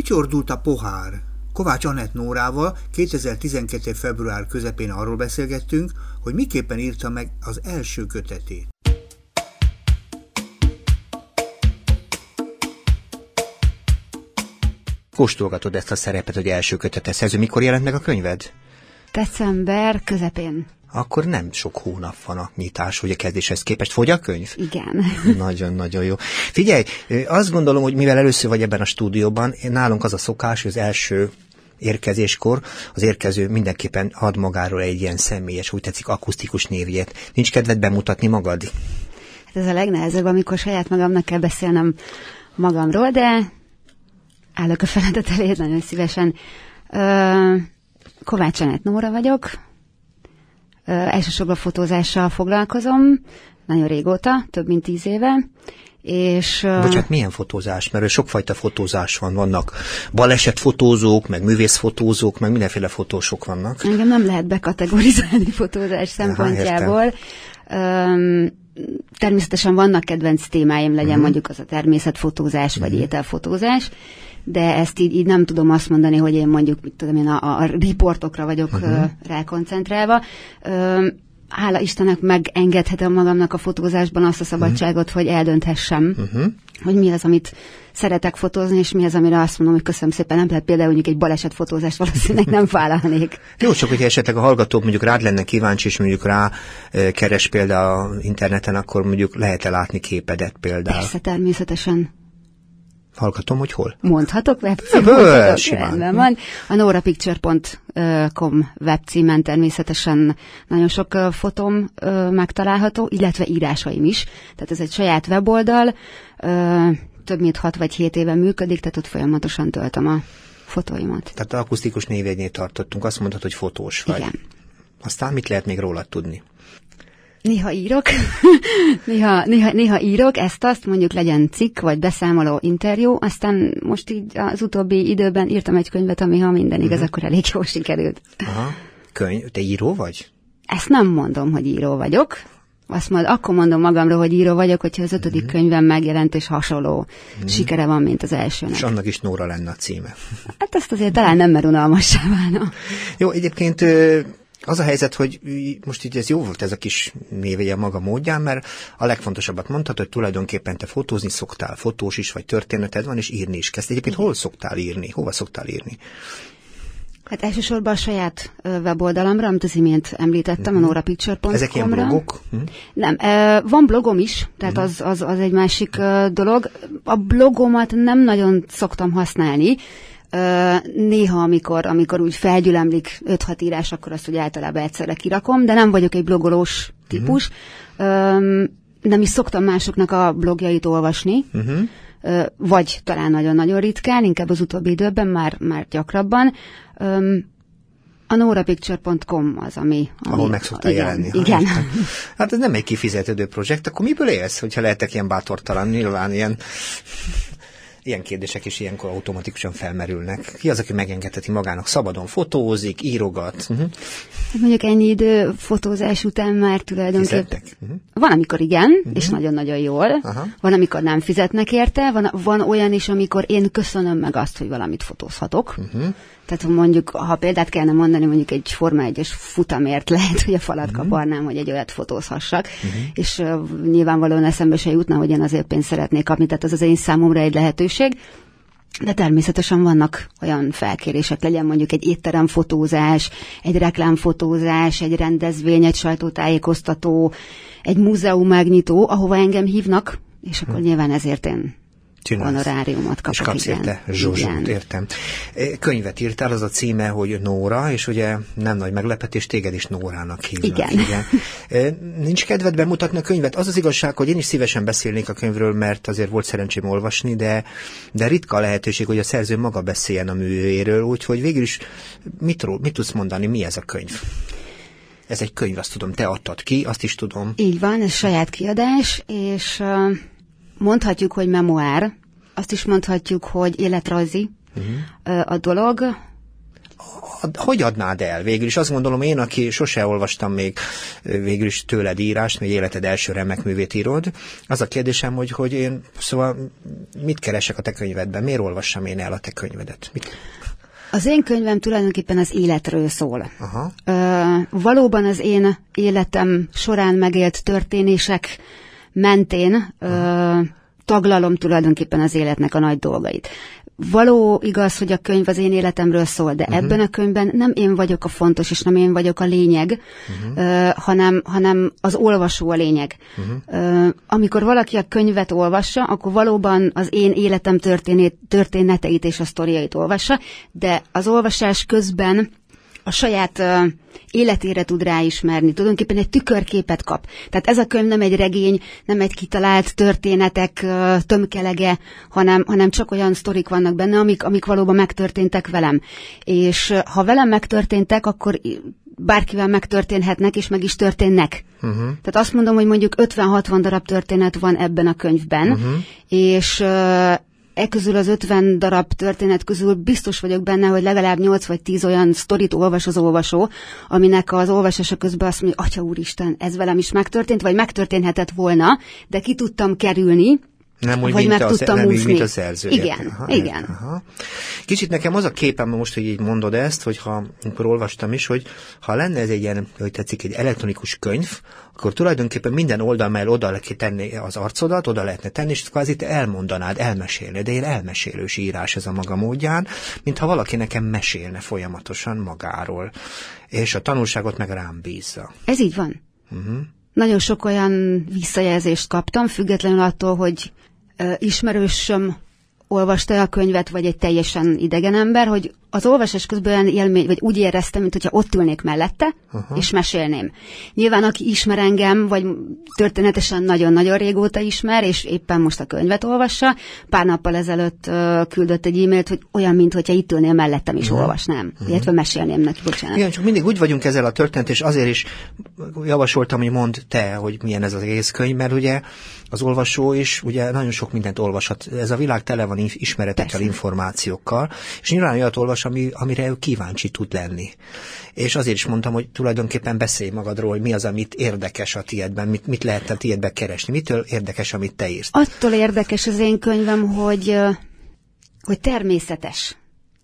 Kicsordult a pohár. Kovács Anett Nórával 2012. február közepén arról beszélgettünk, hogy miképpen írta meg az első kötetét. Kóstolgatod ezt a szerepet, hogy első kötetes szerző. Mikor jelent meg a könyved? December közepén. Akkor nem sok hónap van a nyitás, hogy a kezdéshez képest. Fogy a könyv? Igen. Nagyon-nagyon jó. Figyelj, azt gondolom, hogy mivel először vagy ebben a stúdióban, nálunk az a szokás, hogy az első érkezéskor az érkező mindenképpen ad magáról egy ilyen személyes, úgy tetszik, akusztikus névjegyet. Nincs kedved bemutatni magad? Hát ez a legnehezebb, amikor saját magamnak kell beszélnem magamról, de állok a feladat elé nagyon szívesen. Kovács Anett Nóra vagyok. Elsősorban fotózással foglalkozom, nagyon régóta, több mint 10 éve. És, bocsánat, milyen fotózás? Mert sokfajta fotózás van. Vannak balesetfotózók, meg művészfotózók, meg mindenféle fotósok vannak. Engem nem lehet bekategorizálni fotózás szempontjából. Természetesen vannak kedvenc témáim, legyen mondjuk az a természetfotózás, vagy ételfotózás, de ezt így nem tudom azt mondani, hogy én mondjuk, mit tudom én, a riportokra vagyok rákoncentrálva. Hála Istennek megengedhetem magamnak a fotózásban azt a szabadságot, hogy eldönthessem, hogy mi az, amit szeretek fotózni, és mi az, amire azt mondom, hogy köszönöm szépen, nem lehet például mondjuk egy balesetfotózást valószínűleg nem vállalnék. Jó, csak hogyha esetleg a hallgatók mondjuk rád lenne kíváncsi, és mondjuk rá keres például interneten, akkor mondjuk lehet-e látni képedet például? Persze, természetesen. Hallgatom, hogy hol? Mondhatok webcímet? Simán. Van. A norapicture.com webcímen természetesen nagyon sok fotóm megtalálható, illetve írásaim is. Tehát ez egy saját weboldal, több mint 6 vagy 7 éve működik, tehát ott folyamatosan töltöm a fotóimat. Tehát akusztikus névjegynél tartottunk, azt mondtad, hogy fotós vagy. Igen. Aztán mit lehet még rólad tudni? Néha írok, néha írok, ezt-azt, mondjuk legyen cikk, vagy beszámoló, interjú, aztán most így az utóbbi időben írtam egy könyvet, ami ha minden igaz, akkor elég jól sikerült. Aha, könyv, te író vagy? Ezt nem mondom, hogy író vagyok, akkor mondom magamról, hogy író vagyok, hogyha az 5. könyvem megjelent, és hasonló sikere van, mint az elsőnek. És annak is Nóra lenne a címe. Hát ezt azért talán nem, mert unalmassá válna. Jó, egyébként az a helyzet, hogy most így ez jó volt ez a kis névjegye maga módján, mert a legfontosabbat mondtad, hogy tulajdonképpen te fotózni szoktál, fotós is, vagy történeted van, és írni is kezd. Egyébként hol szoktál írni? Hova szoktál írni? Hát elsősorban a saját weboldalamra, amit az imént említettem, a norapicture.com-ra. Ezek ilyen blogok? Nem, van blogom is, tehát az egy másik dolog. A blogomat nem nagyon szoktam használni. Néha, amikor úgy felgyülemlik 5-6 írás, akkor azt úgy általában egyszerre kirakom, de nem vagyok egy blogolós típus. Nem is szoktam másoknak a blogjait olvasni, vagy talán nagyon-nagyon ritkán, inkább az utóbbi időben, már gyakrabban. A norapicture.com az, ami ahol meg szoktál jelenni. Igen. Hát ez nem egy kifizetődő projekt, akkor miből élsz, hogyha lehetek ilyen bátortalan, nyilván ilyen kérdések is ilyenkor automatikusan felmerülnek. Ki az, aki megengedheti magának szabadon fotózik, írogat? Mondjuk ennyi idő fotózás után már tulajdonképpen... Van, amikor igen, és nagyon-nagyon jól. Van, amikor nem fizetnek érte. Van olyan is, amikor én köszönöm meg azt, hogy valamit fotózhatok. Tehát mondjuk, ha példát kellene mondani, mondjuk egy Forma 1-es futamért lehet, hogy a falat kaparnám, hogy egy olyat fotózhassak, és nyilvánvalóan eszembe se jutna, hogy én azért pénzt szeretnék kapni, tehát az én számomra egy lehetőség. De természetesen vannak olyan felkérések, legyen mondjuk egy étteremfotózás, egy reklámfotózás, egy rendezvény, egy sajtótájékoztató, egy múzeum megnyitó, ahova engem hívnak, és akkor nyilván ezért én honoráriumot kapok. És kapsz érte zsuzsút, értem. Könyvet írtál, az a címe, hogy Nóra, és ugye nem nagy meglepetés, téged is Nórának hívnak. Igen. Nincs kedved bemutatni a könyvet? Az az igazság, hogy én is szívesen beszélnék a könyvről, mert azért volt szerencsém olvasni, de ritka a lehetőség, hogy a szerző maga beszéljen a művéről, úgyhogy végül is mit tudsz mondani, mi ez a könyv? Ez egy könyv, azt tudom, te adtad ki, azt is tudom. Így van, ez saját kiadás, és mondhatjuk, hogy memoár, azt is mondhatjuk, hogy életrajzi a dolog. hogy adnád el? Végül is azt gondolom én, aki sose olvastam még végül is tőled írást, még életed első remek művét írod, az a kérdésem, hogy én, szóval mit keresek a te könyvedben? Miért olvassam én el a te könyvedet? Az én könyvem tulajdonképpen az életről szól. Valóban az én életem során megélt történések mentén taglalom tulajdonképpen az életnek a nagy dolgait. Való igaz, hogy a könyv az én életemről szól, de ebben a könyvben nem én vagyok a fontos, és nem én vagyok a lényeg, hanem az olvasó a lényeg. Amikor valaki a könyvet olvassa, akkor valóban az én életem történeteit és a sztoriait olvassa, de az olvasás közben a saját életére tud ráismerni, tulajdonképpen egy tükörképet kap. Tehát ez a könyv nem egy regény, nem egy kitalált történetek tömkelege, hanem csak olyan sztorik vannak benne, amik valóban megtörténtek velem. És ha velem megtörténtek, akkor bárkivel megtörténhetnek, és meg is történnek. Tehát azt mondom, hogy mondjuk 50-60 darab történet van ebben a könyvben, és közül az 50 darab történet közül biztos vagyok benne, hogy legalább 8 vagy 10 olyan sztorit olvas az olvasó, aminek az olvasása közben azt mondja, Atya úristen, ez velem is megtörtént, vagy megtörténhetett volna, de ki tudtam kerülni, nem úgy, vagy meg tudtam úszni. Mint a szerző. Igen. Kicsit nekem az a képem most, hogy így mondod ezt, hogy amikor olvastam is, hogy ha lenne ez egy ilyen, hogy tetszik, egy elektronikus könyv, akkor tulajdonképpen minden oldal mellé oda lehet tenni az arcodat, oda lehetne tenni, és kvázi te elmondanád, elmesélni. De ilyen elmesélős írás ez a maga módján, mintha valaki nekem mesélne folyamatosan magáról, és a tanulságot meg rám bízza. Ez így van. Nagyon sok olyan visszajelzést kaptam, függetlenül attól, hogy ismerősöm olvasta a könyvet, vagy egy teljesen idegen ember, hogy az olvasás közben olyan élmény, vagy úgy éreztem, mintha ott ülnék mellette, és mesélném. Nyilván, aki ismer engem, vagy történetesen nagyon-nagyon régóta ismer, és éppen most a könyvet olvassa, pár nappal ezelőtt küldött egy e-mailt, hogy olyan, mintha itt ülnél mellettem, és olvasnám, illetve mesélném neki, bocsánat. Igen, csak mindig úgy vagyunk ezzel a történet, és azért is javasoltam, hogy mondd te, hogy milyen ez az egész könyv, mert ugye az olvasó is ugye nagyon sok mindent olvashat. Ez a világ tele van ismeretekkel, információkkal, és nyilván olyat olvas, amire ő kíváncsi tud lenni. És azért is mondtam, hogy tulajdonképpen beszélj magadról, hogy mi az, amit érdekes a tiédben, mit lehet a tiédben keresni, mitől érdekes, amit te írsz. Attól érdekes az én könyvem, hogy természetes.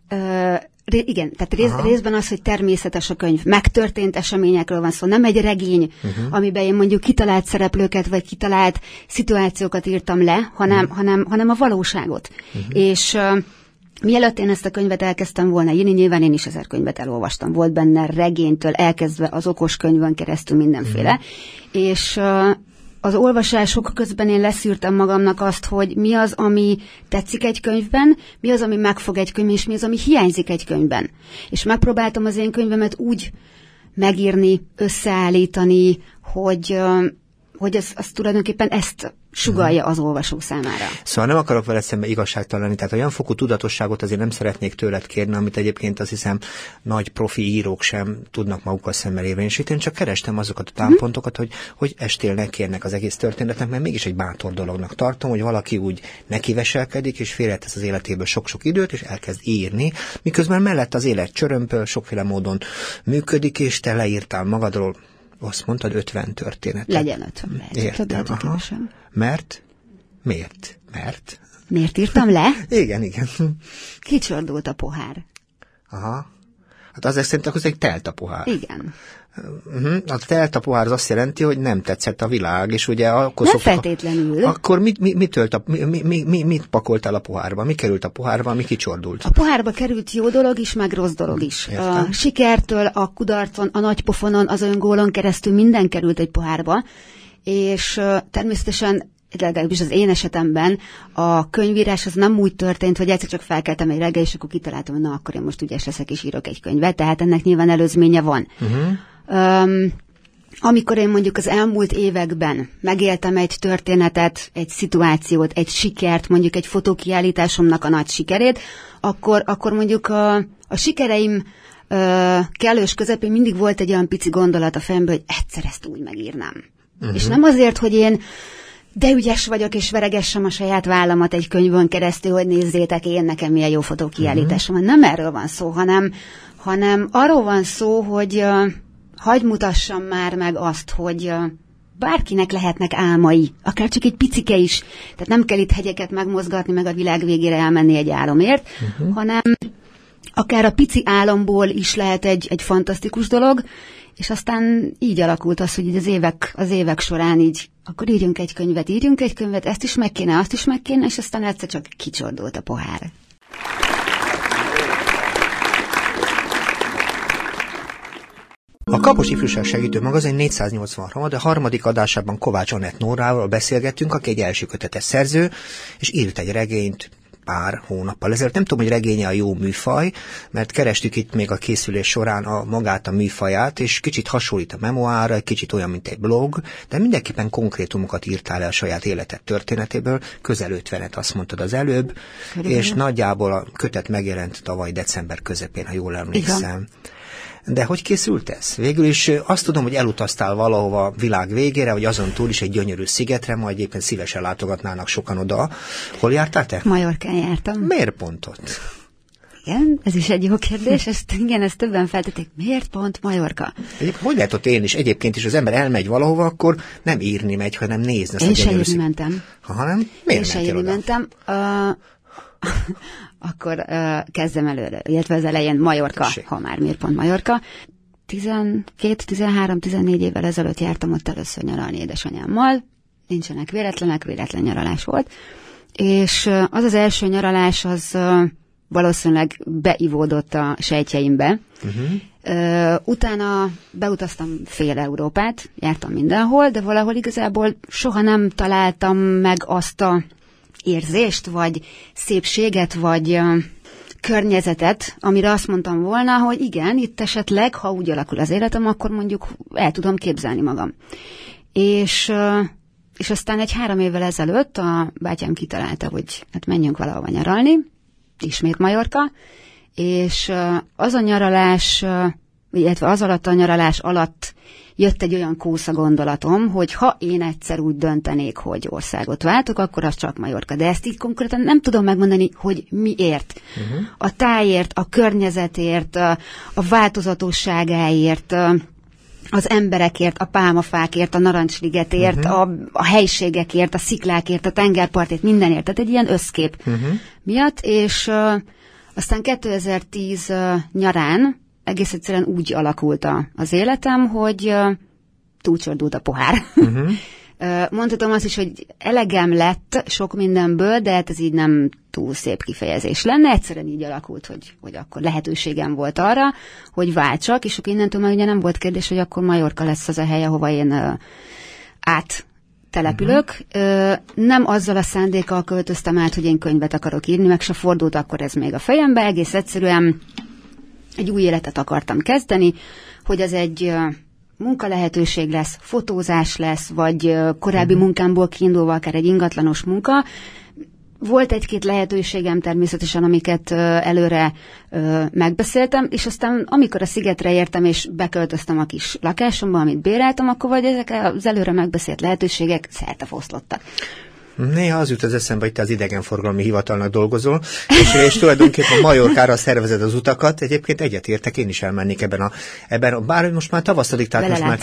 Igen, tehát részben az, hogy természetes a könyv. Megtörtént eseményekről van szó, nem egy regény, amiben én mondjuk kitalált szereplőket, vagy kitalált szituációkat írtam le, hanem a valóságot. És mielőtt én ezt a könyvet elkezdtem volna írni, nyilván én is 1000 könyvet elolvastam. Volt benne regénytől elkezdve az okos könyvön keresztül mindenféle. És az olvasások közben én leszűrtem magamnak azt, hogy mi az, ami tetszik egy könyvben, mi az, ami megfog egy könyvben, és mi az, ami hiányzik egy könyvben. És megpróbáltam az én könyvemet úgy megírni, összeállítani, hogy az tulajdonképpen ezt sugallja az olvasó számára. Szóval nem akarok vele szemben igazságtalan lenni, tehát olyan fokú tudatosságot azért nem szeretnék tőled kérni, amit egyébként azt hiszem nagy profi írók sem tudnak magukkal szemben érvényesíteni, csak kerestem azokat a támpontokat, hogy estélnek, kérnek az egész történetnek, mert mégis egy bátor dolognak tartom, hogy valaki úgy nekiveselkedik, és félretesz az életéből sok-sok időt, és elkezd írni, miközben mellett az élet csörömpöl, sokféle módon működik, és te leírtál magadról, azt mondtad, 50 történetet. Legyen 50, értem, Mert? Miért? Miért írtam le? Igen. Kicsordult a pohár. Aha. Hát azért szerintem akkor telt a pohár. Igen. A telt a pohár az azt jelenti, hogy nem tetszett a világ, és ugye akkor nem feltétlenül. Akkor mit pakoltál a pohárba? Mi került a pohárba, mi kicsordult? A pohárba került jó dolog is, meg rossz dolog is. A sikertől, a kudarcon, a nagypofonon, az öngólon keresztül minden került egy pohárba, és természetesen legalábbis az én esetemben a könyvírás az nem úgy történt, hogy egyszer csak felkeltem egy reggel, és akkor kitaláltam, hogy na, akkor én most ügyes leszek, és írok egy könyvet, tehát ennek nyilván előzménye van. Amikor én mondjuk az elmúlt években megéltem egy történetet, egy szituációt, egy sikert, mondjuk egy fotókiállításomnak a nagy sikerét, akkor mondjuk a sikereim kellős közepén mindig volt egy olyan pici gondolat a fejemben, hogy egyszer ezt úgy megírnám. És nem azért, hogy én de ügyes vagyok, és veregessem a saját vállamat egy könyvön keresztül, hogy nézzétek, én nekem milyen jó fotókiállításom van. Nem erről van szó, hanem arról van szó, hogy hadd mutassam már meg azt, hogy bárkinek lehetnek álmai, akár csak egy picike is. Tehát nem kell itt hegyeket megmozgatni, meg a világ végére elmenni egy álomért, hanem akár a pici álomból is lehet egy fantasztikus dolog, és aztán így alakult az, hogy így az évek során így, akkor írjunk egy könyvet, ezt is meg kéne, azt is meg kéne, és aztán egyszer csak kicsordult a pohár. A Kapos Ifjúság Segítő Magazin 483. de harmadik adásában Kovács Anett Nórával beszélgettünk, aki egy első kötetes szerző, és írt egy regényt pár hónappal ezelőtt. Nem tudom, hogy regénye a jó műfaj, mert kerestük itt még a készülés során magát a műfaját, és kicsit hasonlít a memoárra, egy kicsit olyan, mint egy blog, de mindenképpen konkrétumokat írtál el a saját életed történetéből, közel 50-et azt mondtad az előbb, és nagyjából a kötet megjelent tavaly december közepén, ha jól emlékszem. Igen. De hogy készült ez? Végül is azt tudom, hogy elutaztál valahova a világ végére, vagy azon túl is egy gyönyörű szigetre, majd éppen szívesen látogatnának sokan oda. Hol jártál te? Majorkán jártam. Miért pont ott? Igen, ez is egy jó kérdés, ezt többen feltették. Miért pont Majorka? Hogy lehet ott én is? Egyébként is az ember elmegy valahova, akkor nem írni megy, hanem nézni. Én se írni mentem. Nem? Miért én se írni mentem. Akkor kezdem előre, illetve az elején Majorka, ha már miért pont Majorka. 12-13-14 évvel ezelőtt jártam ott először nyaralni édesanyámmal, nincsenek véletlen nyaralás volt, és az első nyaralás az valószínűleg beivódott a sejtjeimbe. Utána beutaztam fél Európát, jártam mindenhol, de valahol igazából soha nem találtam meg azt a érzést, vagy szépséget, vagy környezetet, amire azt mondtam volna, hogy igen, itt esetleg, ha úgy alakul az életem, akkor mondjuk el tudom képzelni magam. És aztán 3 évvel ezelőtt a bátyám kitalálta, hogy hát menjünk valahova nyaralni, ismét Majorka, és az a nyaralás, illetve az alatt a nyaralás alatt jött egy olyan kósza gondolatom, hogy ha én egyszer úgy döntenék, hogy országot váltok, akkor az csak Majorka. De ezt így konkrétan nem tudom megmondani, hogy miért. A tájért, a környezetért, a változatosságáért, az emberekért, a pálmafákért, a narancsligetért, a helységekért, a sziklákért, a tengerpartért, mindenért. Tehát egy ilyen összkép miatt, és aztán 2010 nyarán egész egyszerűen úgy alakult az életem, hogy túlcsordult a pohár. Mondhatom azt is, hogy elegem lett sok mindenből, de hát ez így nem túl szép kifejezés lenne. Egyszerűen így alakult, hogy akkor lehetőségem volt arra, hogy váltsak, és akkor innentől már ugye nem volt kérdés, hogy akkor Majorka lesz az a hely, ahova én áttelepülök. Nem azzal a szándékkal költöztem át, hogy én könyvet akarok írni, meg se fordult akkor ez még a fejembe, egész egyszerűen egy új életet akartam kezdeni, hogy az egy munkalehetőség lesz, fotózás lesz, vagy korábbi munkámból kiindulva akár egy ingatlanos munka. Volt egy-két lehetőségem természetesen, amiket előre megbeszéltem, és aztán amikor a szigetre értem, és beköltöztem a kis lakásomba, amit béreltem, akkor vagy ezek az előre megbeszélt lehetőségek szertefoszlottak. Néha az jut az eszembe, hogy te az idegenforgalmi hivatalnak dolgozol, és tulajdonképpen Majorkára szervezed az utakat. Egyébként egyetértek, én is elmennék ebben bár most már tavaszodik, tehát most már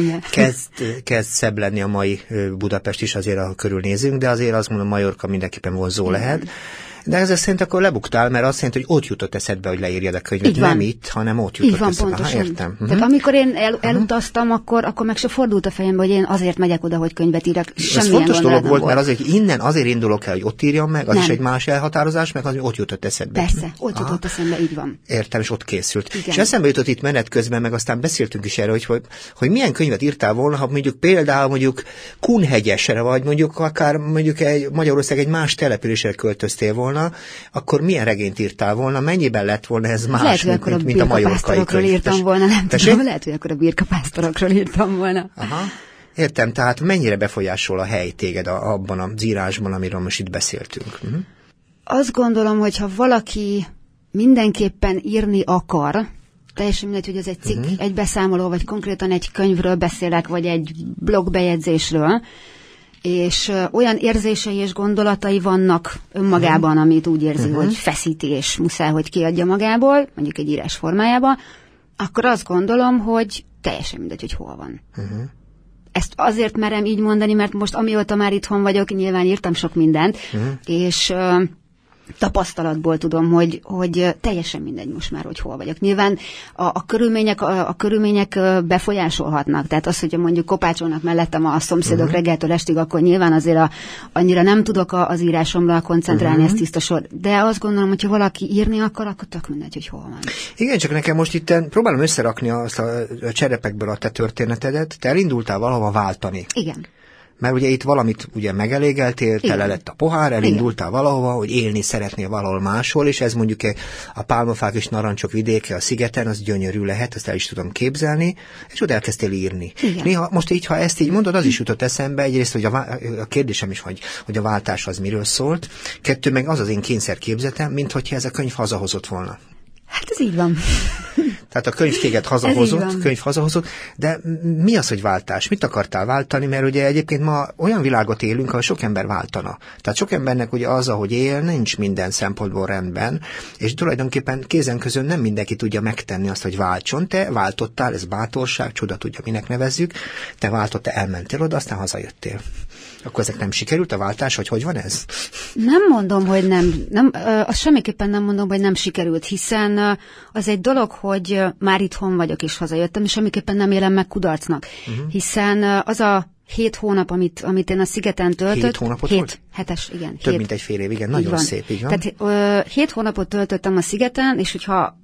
kezd szebb lenni a mai Budapest is, azért, ha körülnézünk, de azért azt mondom, Majorka mindenképpen vonzó lehet. De ezzel szerint akkor lebuktál, mert azt jelenti, hogy ott jutott eszedbe, hogy leírjad a könyvet. Nem itt, hanem ott jutott eszedbe. Pontosan. Értem. Tehát amikor én elutaztam, akkor meg se fordult a fejembe, hogy én azért megyek oda, hogy könyvet írjak. Ez fontos dolog volt, mert azért innen azért indulok el, hogy ott írjam meg, az is egy más elhatározás, meg az, hogy ott jutott eszedbe. Persze, ott jutott eszembe, így van. Értem, és ott készült. Igen. És eszembe jutott itt menet közben, meg aztán beszéltünk is erről, hogy milyen könyvet írtál volna, ha mondjuk Kunhegyesre, vagy mondjuk akár Magyarország egy más településre költöztél volna, akkor milyen regényt írtál volna, mennyiben lett volna ez más, lehet, mint a majorkai könyv? Írtam volna, nem tudom, lehet, hogy akkor a birkapásztorokról írtam volna. Aha. Értem, tehát mennyire befolyásol a hely téged abban az írásban, amiről most itt beszéltünk? Azt gondolom, hogy ha valaki mindenképpen írni akar, teljesen mindegy, hogy ez egy cikk, egy beszámoló, vagy konkrétan egy könyvről beszélek, vagy egy blogbejegyzésről, és olyan érzései és gondolatai vannak önmagában, amit úgy érzi, hogy feszíti, és muszáj, hogy kiadja magából, mondjuk egy írás formájában, akkor azt gondolom, hogy teljesen mindegy, hogy hol van. Ezt azért merem így mondani, mert most amióta már itthon vagyok, nyilván írtam sok mindent, és tapasztalatból tudom, hogy teljesen mindegy most már, hogy hol vagyok. Nyilván a körülmények befolyásolhatnak, tehát az, hogyha mondjuk kopácsolnak mellettem a szomszédok reggeltől estig, akkor nyilván azért annyira nem tudok az írásomra koncentrálni, ez tiszta sor. De azt gondolom, hogyha valaki írni akar, akkor tök mindegy, hogy hol van. Igen, csak nekem most itt próbálom összerakni azt a cserepekből a te történetedet. Te elindultál valahova váltani. Igen. Mert ugye itt valamit ugye megelégeltél, tele lett a pohár, elindultál valahova, hogy élni szeretnél valahol máshol, és ez mondjuk a pálmafák és narancsok vidéke a szigeten, az gyönyörű lehet, azt el is tudom képzelni, és ott elkezdtél írni. Igen. Néha most így, ha ezt így mondod, az is jutott eszembe, egyrészt, hogy a kérdésem is, hogy a váltás az miről szólt, kettő meg az én kényszerképzetem, mint hogyha ez a könyv hazahozott volna. Hát ez így van. Tehát a könyv téged hazahozott, de mi az, hogy váltás? Mit akartál váltani? Mert ugye egyébként ma olyan világot élünk, ahol sok ember váltana. Tehát sok embernek ugye az, ahogy él, nincs minden szempontból rendben, és tulajdonképpen kézen közön nem mindenki tudja megtenni azt, hogy váltson. Te váltottál, ez bátorság, csoda tudja, minek nevezzük, te váltottál, elmentél oda, aztán hazajöttél. Akkor ezek nem sikerült a váltás, hogy van ez? Nem mondom, hogy nem azt semmiképpen nem mondom, hogy nem sikerült, hiszen az egy dolog, hogy már itthon vagyok és hazajöttem, és semmiképpen nem élem meg kudarcnak. Hiszen az a 7 hónap, amit én a szigeten töltött. 7 hónapot volt? 7-es, igen. Több mint egy fél év, igen, nagyon szép, így van. Tehát 7 hónapot töltöttem a szigeten, és hogyha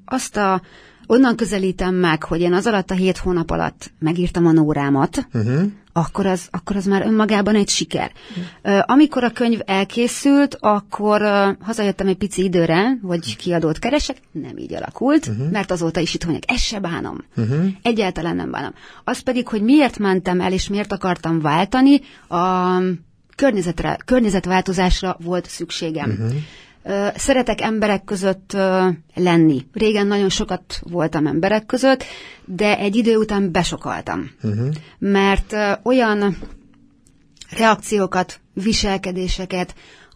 onnan közelítem meg, hogy én az alatt a 7 hónap alatt megírtam a Nórámat, akkor az már önmagában egy siker. Amikor a könyv elkészült, akkor hazajöttem egy pici időre, hogy kiadót keresek, nem így alakult, mert azóta is itt vagyok, ezt se bánom. Egyáltalán nem bánom. Az pedig, hogy miért mentem el, és miért akartam váltani, a környezetváltozásra volt szükségem. Szeretek emberek között lenni. Régen nagyon sokat voltam emberek között, de egy idő után besokaltam. Mert olyan reakciókat, viselkedéseket,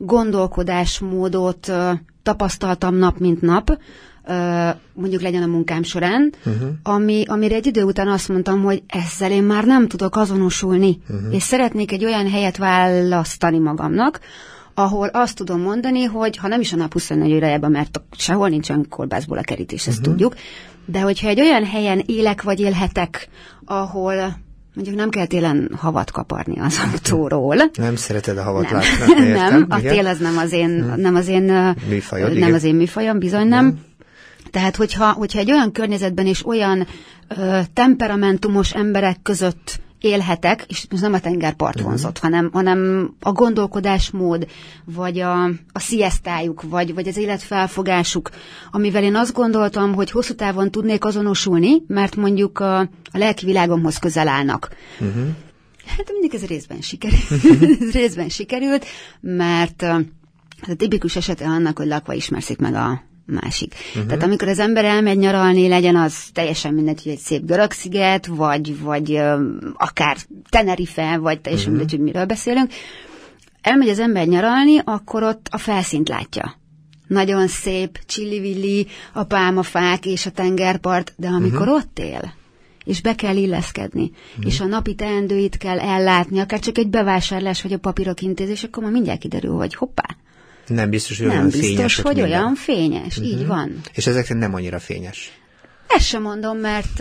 gondolkodásmódot tapasztaltam nap, mint nap, mondjuk legyen a munkám során, amire egy idő után azt mondtam, hogy ezzel én már nem tudok azonosulni, és szeretnék egy olyan helyet választani magamnak, ahol azt tudom mondani, hogy ha nem is a nap 24 órájában, mert sehol nincsen kolbászból a kerítés, ezt tudjuk, de hogyha egy olyan helyen élek vagy élhetek, ahol mondjuk nem kell télen havat kaparni az autóról. Nem szereted a havat látni. Nem, a tél az nem az én műfajom, bizony nem. Tehát, hogyha egy olyan környezetben és olyan temperamentumos emberek között élhetek, és nem a tengerpart vonzott, hanem a gondolkodásmód, vagy a sziesztájuk, vagy az életfelfogásuk, amivel én azt gondoltam, hogy hosszú távon tudnék azonosulni, mert mondjuk a lelki világomhoz közel állnak. Hát mondjuk ez részben sikerült, mert ez a tipikus esete annak, hogy lakva ismerszik meg a másik. Tehát amikor az ember elmegy nyaralni, legyen az teljesen mindegy, hogy egy szép görög-sziget, vagy akár Tenerife, vagy teljesen mindegy, hogy miről beszélünk. Elmegy az ember nyaralni, akkor ott a felszínt látja. Nagyon szép, csillivilli, a pálmafák és a tengerpart, de amikor ott él, és be kell illeszkedni, és a napi teendőit kell ellátni, akár csak egy bevásárlás, vagy a papírok intézés, akkor már mindjárt kiderül, hogy hoppá. Nem biztos, hogy olyan fényes. Olyan fényes, így van. És ezeknek nem annyira fényes. Ezt sem mondom, mert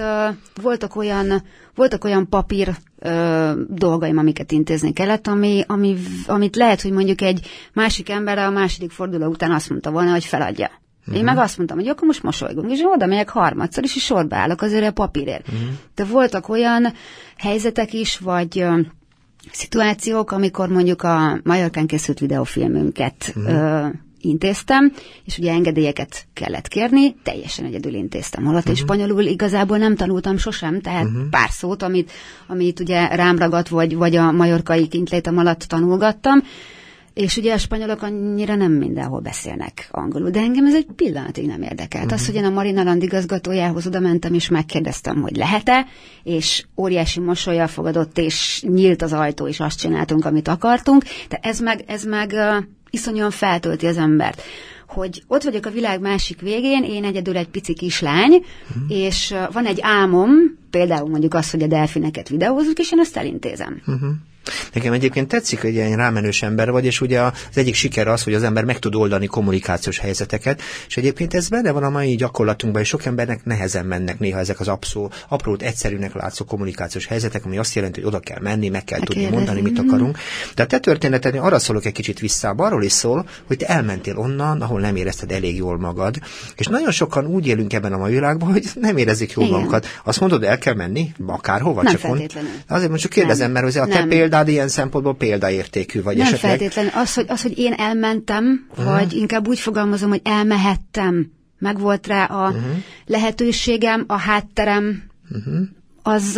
voltak olyan papír dolgaim, amiket intézni kellett, amit lehet, hogy mondjuk egy másik emberre a második forduló után azt mondta volna, hogy feladja. Én meg azt mondtam, hogy akkor most mosolygunk, és oda megyek harmadszor is, és sorba állok azért a papírért. De voltak olyan helyzetek is, vagy szituációk, amikor mondjuk a Majorkán készült videófilmünket intéztem, és ugye engedélyeket kellett kérni, teljesen egyedül intéztem alatt, és spanyolul igazából nem tanultam sosem, tehát pár szót, amit ugye rám ragadt, vagy a majorkai kintlétem alatt tanulgattam, És ugye a spanyolok annyira nem mindenhol beszélnek angolul, de engem ez egy pillanatig nem érdekelt. Az, hogy én a Marina Land igazgatójához oda mentem, és megkérdeztem, hogy lehet-e, és óriási mosollyal fogadott, és nyílt az ajtó, és azt csináltunk, amit akartunk, de ez meg iszonyúan feltölti az embert. Hogy ott vagyok a világ másik végén, én egyedül egy pici kislány, és van egy álmom, például mondjuk az, hogy a delfineket videózzuk, és én ezt elintézem. Nekem egyébként tetszik, hogy ilyen rámenős ember vagy, és ugye az egyik siker az, hogy az ember meg tud oldani kommunikációs helyzeteket, és egyébként ez benne van a mai gyakorlatunkban, és sok embernek nehezen mennek néha ezek az aprót egyszerűnek látszó kommunikációs helyzetek, ami azt jelenti, hogy oda kell menni, meg kell tudni mondani, mit akarunk. De a te történeted, arra szólok egy kicsit vissza, arról is szól, hogy te elmentél onnan, ahol nem érezted elég jól magad, és nagyon sokan úgy élünk ebben a mai világban, hogy nem érezik jól magunkat. Azt mondod, el kell menni, akárhova, nem csak feltétlenül. Azért most csak kérdezem, mert az a te példád ilyen szempontból példaértékű vagy nem esetleg. Feltétlenül. Az, hogy én elmentem, vagy inkább úgy fogalmazom, hogy elmehettem, meg volt rá a lehetőségem, a hátterem, az...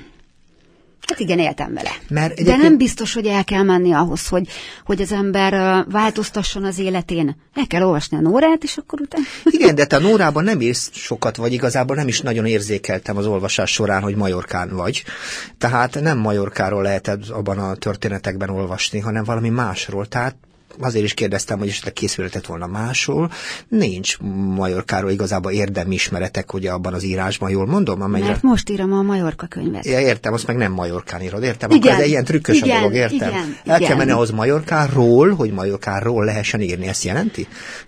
Hát igen, éltem vele. De nem biztos, hogy el kell menni ahhoz, hogy az ember változtasson az életén. El kell olvasni a Nórát, és akkor utána... Igen, de te a Nórában nem írsz sokat, vagy igazából nem is nagyon érzékeltem az olvasás során, hogy Majorkán vagy. Tehát nem Majorkáról lehetett abban a történetekben olvasni, hanem valami másról. Tehát azért is kérdeztem, hogy esetleg készületett volna másról. Nincs Majorkáról igazából érdemi ismeretek, ugye abban az írásban, jól mondom? Amennyire... Mert most írom a Majorka könyvet. Ja, értem, azt meg nem Majorkán írod, értem? Igen, akkor ez ilyen trükkös a dolog, értem? El kell menni ahhoz Majorkáról, hogy Majorkáról lehessen írni, ezt jelenti?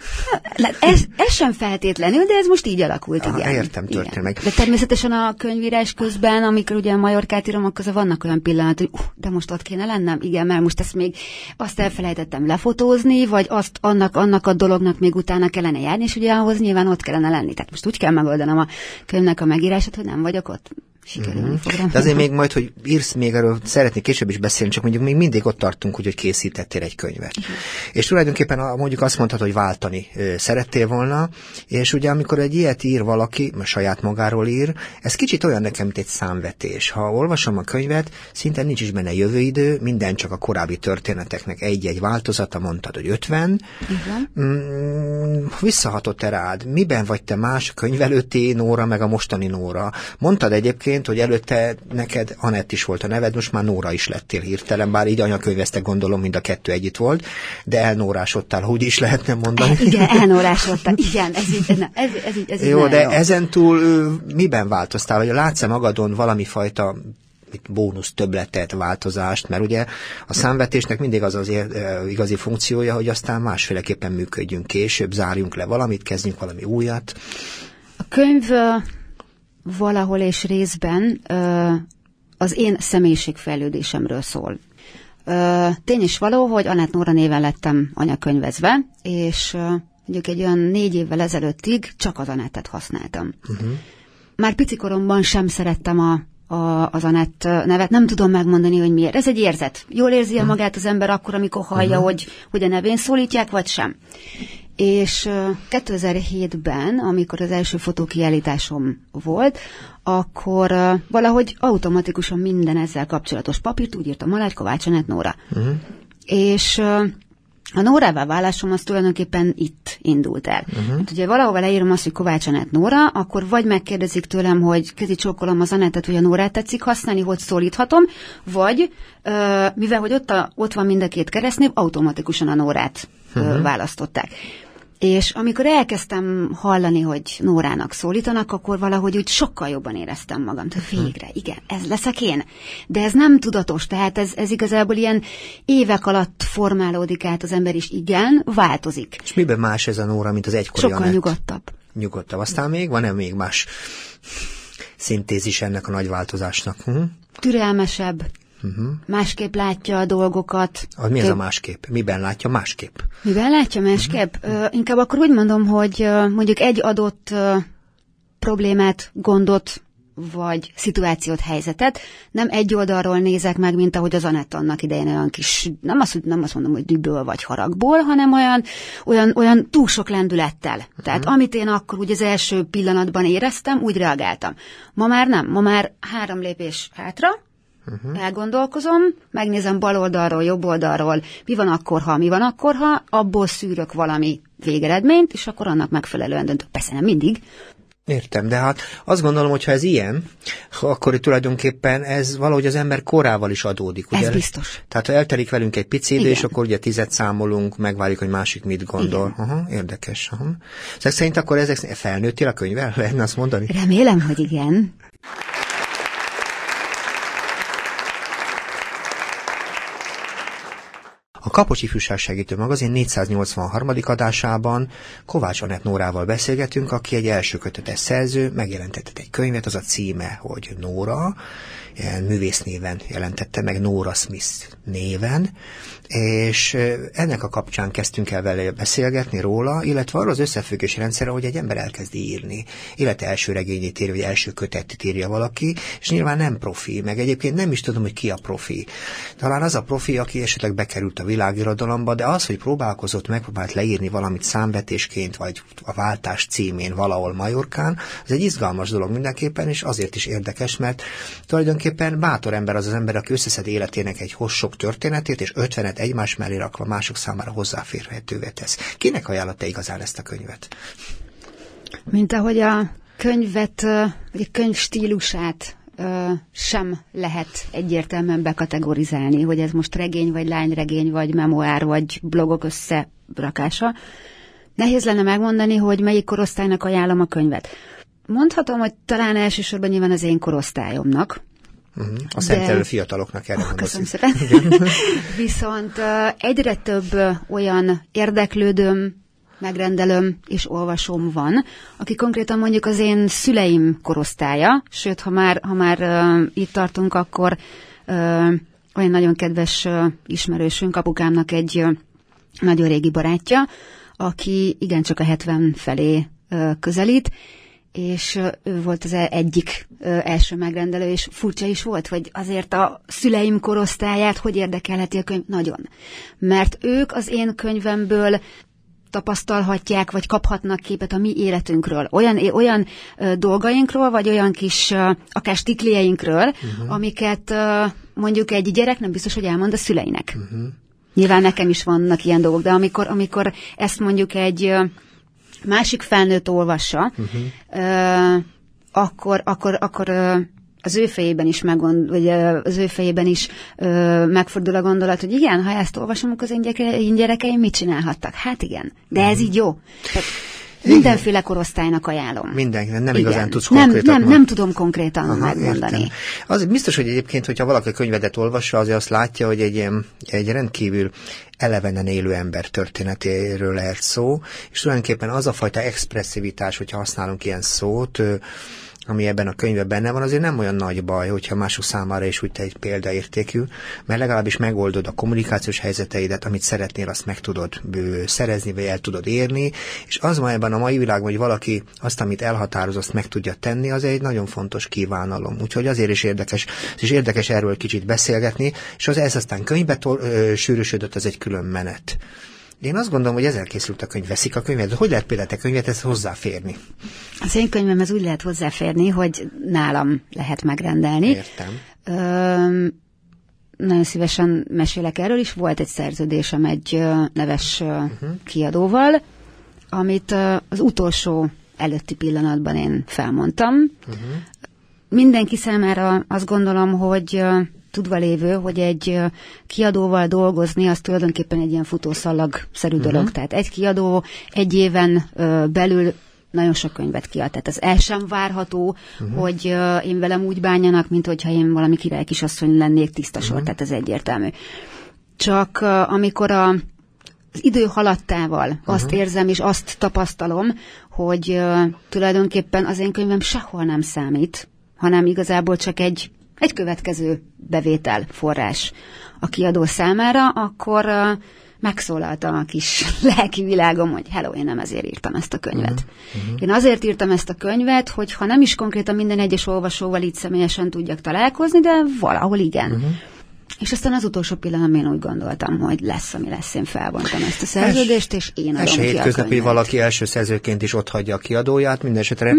Ez sem feltétlenül, de ez most így alakult, igen. Értem, történt meg. De természetesen a könyvírás közben, amikor ugye a Majorkát írom, akkor vannak olyan pillanatok, hogy de most ott kéne lennem? Igen, mert most ezt még azt elfelejtettem lefotózni, vagy azt annak a dolognak még utána kellene járni, és ugye ahhoz nyilván ott kellene lenni. Tehát most úgy kell megoldanom a könyvnek a megírását, hogy nem vagyok ott. De azért még majd, hogy írsz, még erről szeretnék később is beszélni, csak mondjuk még mindig ott tartunk, hogy készítettél egy könyvet. És tulajdonképpen mondjuk azt mondhatod, hogy váltani szerettél volna, és ugye amikor egy ilyet ír valaki, saját magáról ír, ez kicsit olyan nekem, mint egy számvetés. Ha olvasom a könyvet, szinte nincs is benne jövőidő, minden csak a korábbi történeteknek egy-egy változata, mondtad, hogy 50. Visszahatott-e rád? Miben vagy te más a könyv előtti Nóra, meg a mostani Nóra? Mondtad egyébként, hogy előtte neked Anett is volt a neved, most már Nóra is lettél hirtelen, bár így anyakönyveztek, gondolom, mind a kettő együtt volt, de elnórásodtál, úgy is lehetne mondani. Igen, elnórásodtál, igen, ez így jó, de ezen-túl miben változtál, vagy látsz-e magadon valami fajta bónusz, többletet, változást, mert ugye a számvetésnek mindig az igazi funkciója, hogy aztán másféleképpen működjünk később, zárjunk le valamit, kezdjünk valami újat. A könyv valahol és részben az én személyiségfejlődésemről szól. Tény is való, hogy Anett Nóra néven lettem anyakönyvezve, és mondjuk egy olyan 4 évvel ezelőttig csak az Anettet használtam. Már picikoromban sem szerettem az Anett nevet, nem tudom megmondani, hogy miért. Ez egy érzet. Jól érzi magát az ember akkor, amikor hallja, hogy a nevén szólítják, vagy sem. És 2007-ben, amikor az első fotókiállításom volt, akkor valahogy automatikusan minden ezzel kapcsolatos papírt úgy írtam alá, hogy Kovács Anett Nóra. És a Nórává válásom az tulajdonképpen itt indult el. Hát ugye valahova leírom azt, hogy Kovács Anett Nóra, akkor vagy megkérdezik tőlem, hogy kezi csókolom az Anettet, hogy a Nórát tetszik használni, hogy szólíthatom, vagy mivel hogy ott van mind a két keresztnév, automatikusan a Nórát választották. És amikor elkezdtem hallani, hogy Nórának szólítanak, akkor valahogy úgy sokkal jobban éreztem magam. Tehát végre, igen, ez leszek én. De ez nem tudatos, tehát ez igazából ilyen évek alatt formálódik át az ember is, igen, változik. És miben más ez a Nóra, mint az egykori Anett? Sokkal nyugodtabb. Nyugodtabb. Aztán még van-e még más szintézis ennek a nagy változásnak? Türelmesebb. Másképp látja a dolgokat. Mi ez a másképp? Miben látja másképp? Miben látja másképp? Inkább akkor úgy mondom, hogy mondjuk egy adott problémát, gondot, vagy szituációt, helyzetet nem egy oldalról nézek meg, mint ahogy az Anett annak idején olyan kis, nem azt mondom, hogy dühből vagy haragból, hanem olyan túl sok lendülettel. Tehát amit én akkor úgy az első pillanatban éreztem, úgy reagáltam. Ma már nem. Ma már 3 lépés hátra, elgondolkozom, megnézem bal oldalról, jobb oldalról, mi van akkor, ha, abból szűrök valami végeredményt, és akkor annak megfelelően döntök. Persze nem mindig. Értem, de hát azt gondolom, hogy ha ez ilyen, akkor tulajdonképpen ez valahogy az ember korával is adódik. Ugye? Ez biztos. Tehát ha eltelik velünk egy pici idő, és akkor ugye 10 számolunk, megvárjuk, hogy másik mit gondol. Érdekes. Szerint akkor ezek felnőttél a könyvvel? Lehetne azt mondani? Remélem, hogy igen. A Kapocsi Ifjúság Segítő Magazin 483. adásában Kovács Anett Nórával beszélgetünk, aki egy első kötetes szerző, megjelentetett egy könyvet, az a címe, hogy Nóra, ilyen művész néven jelentette meg, Nóra Smith néven, és ennek a kapcsán kezdtünk el vele beszélgetni róla, illetve arról az összefüggési rendszerre, hogy egy ember elkezd írni, illetve első regényét írja, vagy első kötetet írja valaki, és nyilván nem profi, meg egyébként nem is tudom, hogy ki a profi. Talán az a profi, aki esetleg bekerült a világirodalomba, de az, hogy megpróbált leírni valamit számvetésként, vagy a váltás címén valahol Majorkán, az egy izgalmas dolog mindenképpen, és azért is érdekes, mert tulajdonképpen bátor ember az ember, aki összeszed életének egy sok történetét, és 50-et egymás mellé rakva mások számára hozzáférhetővé tesz. Kinek ajánlott te igazán ezt a könyvet? Mint ahogy a könyvet, vagy a könyv stílusát sem lehet egyértelműen bekategorizálni, hogy ez most regény, vagy lányregény, vagy memoár, vagy blogok összerakása. Nehéz lenne megmondani, hogy melyik korosztálynak ajánlom a könyvet. Mondhatom, hogy talán elsősorban nyilván az én korosztályomnak. A szentelő fiataloknak erre köszönöm szépen. Viszont egyre több olyan érdeklődőm, megrendelőm és olvasóm van, aki konkrétan mondjuk az én szüleim korosztálya, sőt, ha már itt tartunk, akkor olyan nagyon kedves ismerősünk, apukámnak egy nagyon régi barátja, aki igencsak a 70 felé közelít, és ő volt az egyik első megrendelő, és furcsa is volt, hogy azért a szüleim korosztályát hogy érdekelheti a könyv? Nagyon. Mert ők az én könyvemből tapasztalhatják, vagy kaphatnak képet a mi életünkről. Olyan dolgainkról, vagy olyan kis akár stiklieinkről, amiket mondjuk egy gyerek nem biztos, hogy elmond a szüleinek. Nyilván nekem is vannak ilyen dolgok, de amikor ezt mondjuk egy másik felnőtt olvassa, akkor az ő fejében is megfordul a gondolat, hogy igen, ha ezt olvasom, akkor az én gyerekeim mit csinálhattak? Hát igen, de ez így jó. Tehát mindenféle korosztálynak ajánlom. Mindenkinek, nem igazán tudsz konkrétan. Nem tudom konkrétan megmondani. Értem. Az biztos, hogy egyébként, hogyha valaki a könyvedet olvassa, azért azt látja, hogy egy rendkívül elevenen élő ember történetéről lehet szó, és tulajdonképpen az a fajta expresszivitás, hogyha használunk ilyen szót, ami ebben a könyvben benne van, azért nem olyan nagy baj, hogyha mások számára is úgy te egy példaértékű, mert legalábbis megoldod a kommunikációs helyzeteidet, amit szeretnél, azt meg tudod szerezni, vagy el tudod érni, és az van ebben a mai világban, hogy valaki azt, amit elhatároz, azt meg tudja tenni, az egy nagyon fontos kívánalom. Úgyhogy azért is érdekes erről kicsit beszélgetni, és ez aztán könyvbe sűrűsödött, az egy külön menet. Én azt gondolom, hogy ezzel készült a könyv. Veszik a könyvet. Hogy lehet például a könyvet ezt hozzáférni? Az én könyvem úgy lehet hozzáférni, hogy nálam lehet megrendelni. Értem. Nagyon szívesen mesélek erről is. Volt egy szerződésem egy neves kiadóval, amit az utolsó előtti pillanatban én felmondtam. Mindenki számára azt gondolom, hogy tudva lévő, hogy egy kiadóval dolgozni, az tulajdonképpen egy ilyen futószallag-szerű dolog. Tehát egy kiadó egy éven belül nagyon sok könyvet kiad. Tehát az el sem várható, hogy én velem úgy bánjanak, mint hogyha én valami király kisasszony lennék, tiszta sor. Tehát ez egyértelmű. Csak amikor az idő haladtával azt érzem, és azt tapasztalom, hogy tulajdonképpen az én könyvem sehol nem számít, hanem igazából csak egy következő bevételforrás a kiadó számára, akkor megszólalt a kis lelki világom, hogy hello, én nem ezért írtam ezt a könyvet. Én azért írtam ezt a könyvet, hogy ha nem is konkrétan minden egyes olvasóval így személyesen tudjak találkozni, de valahol igen. És aztán az utolsó pillanatban én úgy gondoltam, hogy lesz, ami lesz, én felvontam ezt a szerződést, és én adom ki a könyvet. Hétköznapi valaki első szerzőként is otthagyja a kiadóját, mindenesetre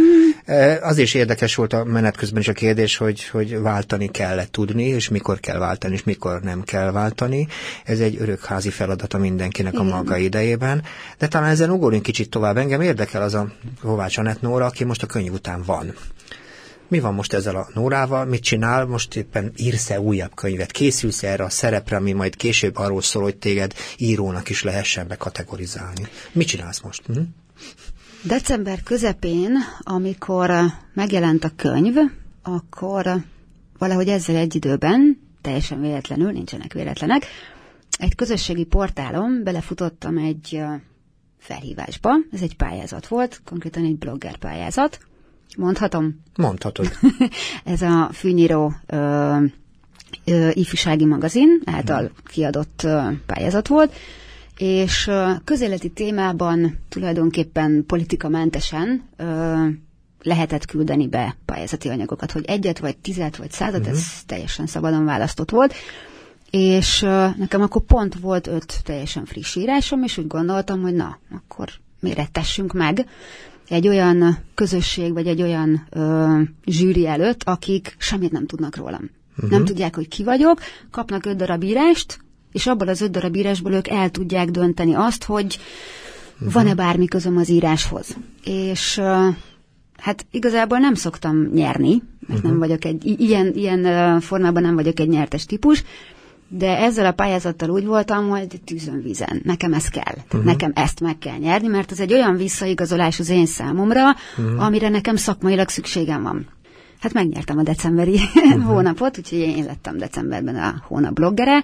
Az is érdekes volt a menet közben is a kérdés, hogy váltani kell tudni, és mikor kell váltani, és mikor nem kell váltani. Ez egy örökházi feladata mindenkinek a maga idejében. De talán ezen ugorjunk kicsit tovább. Engem érdekel az a Kovács Anett Nóra, aki most a könyv után van. Mi van most ezzel a Nórával? Mit csinál? Most éppen írsz-e újabb könyvet? Készülsz erre a szerepre, ami majd később arról szól, hogy téged írónak is lehessen bekategorizálni? Mit csinálsz most? December közepén, amikor megjelent a könyv, akkor valahogy ezzel egy időben, teljesen véletlenül, nincsenek véletlenek, egy közösségi portálon belefutottam egy felhívásba. Ez egy pályázat volt, konkrétan egy blogger pályázat. Mondhatom? Mondhatod. Ez a Fűnyíró ifjúsági magazin által kiadott pályázat volt, és közéleti témában tulajdonképpen politikamentesen lehetett küldeni be pályázati anyagokat, hogy 1 vagy 10 vagy 100, ez teljesen szabadon választott volt, és nekem akkor pont volt 5 teljesen friss írásom, és úgy gondoltam, hogy na, akkor mérettessünk meg egy olyan közösség, vagy egy olyan zsűri előtt, akik semmit nem tudnak rólam. Nem tudják, hogy ki vagyok, kapnak 5 darab írást, és abból az 5 darab írásból ők el tudják dönteni azt, hogy van-e bármi közöm az íráshoz. És hát igazából nem szoktam nyerni, mert nem vagyok ilyen formában nem vagyok egy nyertes típus, de ezzel a pályázattal úgy voltam, hogy tűzön vízen. Nekem ez kell. Nekem ezt meg kell nyerni, mert ez egy olyan visszaigazolás az én számomra, amire nekem szakmailag szükségem van. Hát megnyertem a decemberi hónapot, úgyhogy én lettem decemberben a hónap bloggere,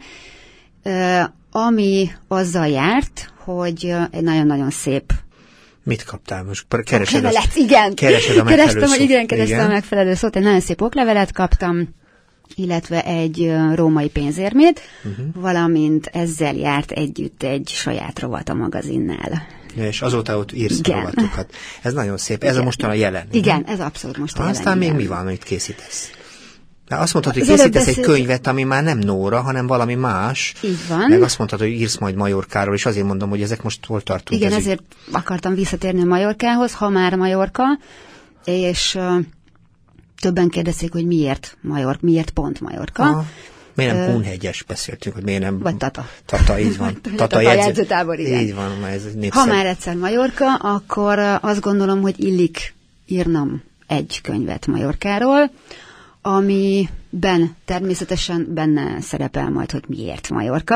ami azzal járt, hogy egy nagyon-nagyon szép... Mit kaptál most? Keresed oklevelet, azt? Igen. Keresed a megfelelő szót. Kerestem a megfelelő szót. Egy nagyon szép oklevelet kaptam, illetve egy római pénzérmét, valamint ezzel járt együtt egy saját rovat a magazinnál. És azóta ott írsz rovatokat. Ez nagyon szép. Ez a mostan a jelen. Igen, ez abszolút most a jelen. Aztán még mi van, amit készítesz? De azt mondtad, hogy készítesz egy könyvet, ami már nem Nóra, hanem valami más. Így van. Meg azt mondtad, hogy írsz majd Majorkáról, és azért mondom, hogy ezek most hol tartunk. Igen, ezért akartam visszatérni a Majorkához, ha már Majorka, és többen kérdezték, hogy miért pont Majorka. Aha. Miért nem Kunhegyes beszéltünk, hogy miért nem... Vagy Tata. Tata, így van. Tata jegyzőtábor, igen. Így van, ez népszerű. Ha már egyszer Majorka, akkor azt gondolom, hogy illik írnom egy könyvet Majorkáról, amiben természetesen benne szerepel majd, hogy miért Majorka.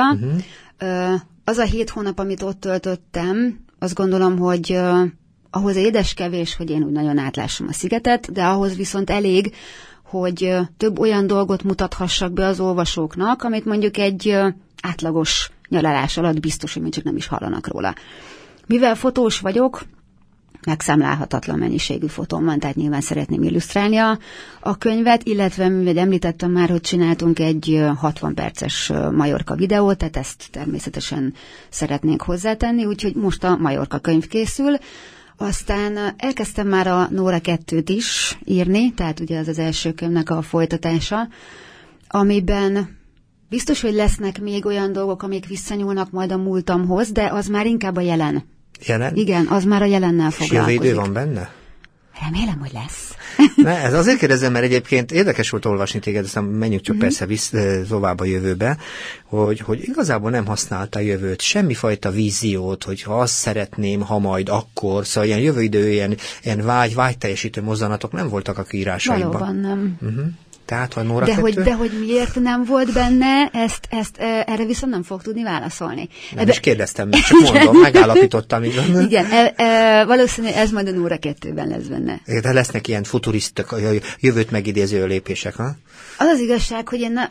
Az a 7 hónap, amit ott töltöttem, azt gondolom, hogy ahhoz édeskevés, hogy én úgy nagyon átlássam a szigetet, de ahhoz viszont elég, hogy több olyan dolgot mutathassak be az olvasóknak, amit mondjuk egy átlagos nyaralás alatt biztos, hogy még csak nem is hallanak róla. Mivel fotós vagyok, megszámlálhatatlan mennyiségű fotóm van, tehát nyilván szeretném illusztrálni a könyvet, illetve mivel említettem már, hogy csináltunk egy 60 perces Majorka videót, tehát ezt természetesen szeretnénk hozzátenni, úgyhogy most a Majorka könyv készül. Aztán elkezdtem már a Nóra 2-t is írni, tehát ugye ez az első könyvnek a folytatása, amiben biztos, hogy lesznek még olyan dolgok, amik visszanyúlnak majd a múltamhoz, de az már inkább a jelen. Jelen? Igen, az már a jelennel foglalkozik. És jövő idő van benne? Remélem, hogy lesz. Ne, ez azért kérdezem, mert egyébként érdekes volt olvasni téged, aztán menjünk csak persze tovább a jövőbe, hogy igazából nem használta a jövőt, semmifajta víziót, hogy ha azt szeretném, ha majd akkor, szóval ilyen jövőidő, ilyen vágyteljesítő mozzanatok nem voltak a írásaiban. Valóban nem. Tehát van Nóra de hogy miért nem volt benne, erre viszont nem fog tudni válaszolni. Nem is kérdeztem, csak mondom, megállapítottam. Igen, valószínűleg ez majd a Nóra 2-ben lesz benne. De lesznek ilyen futuristák, jövőt megidéző lépések, ha? Az az igazság, hogy én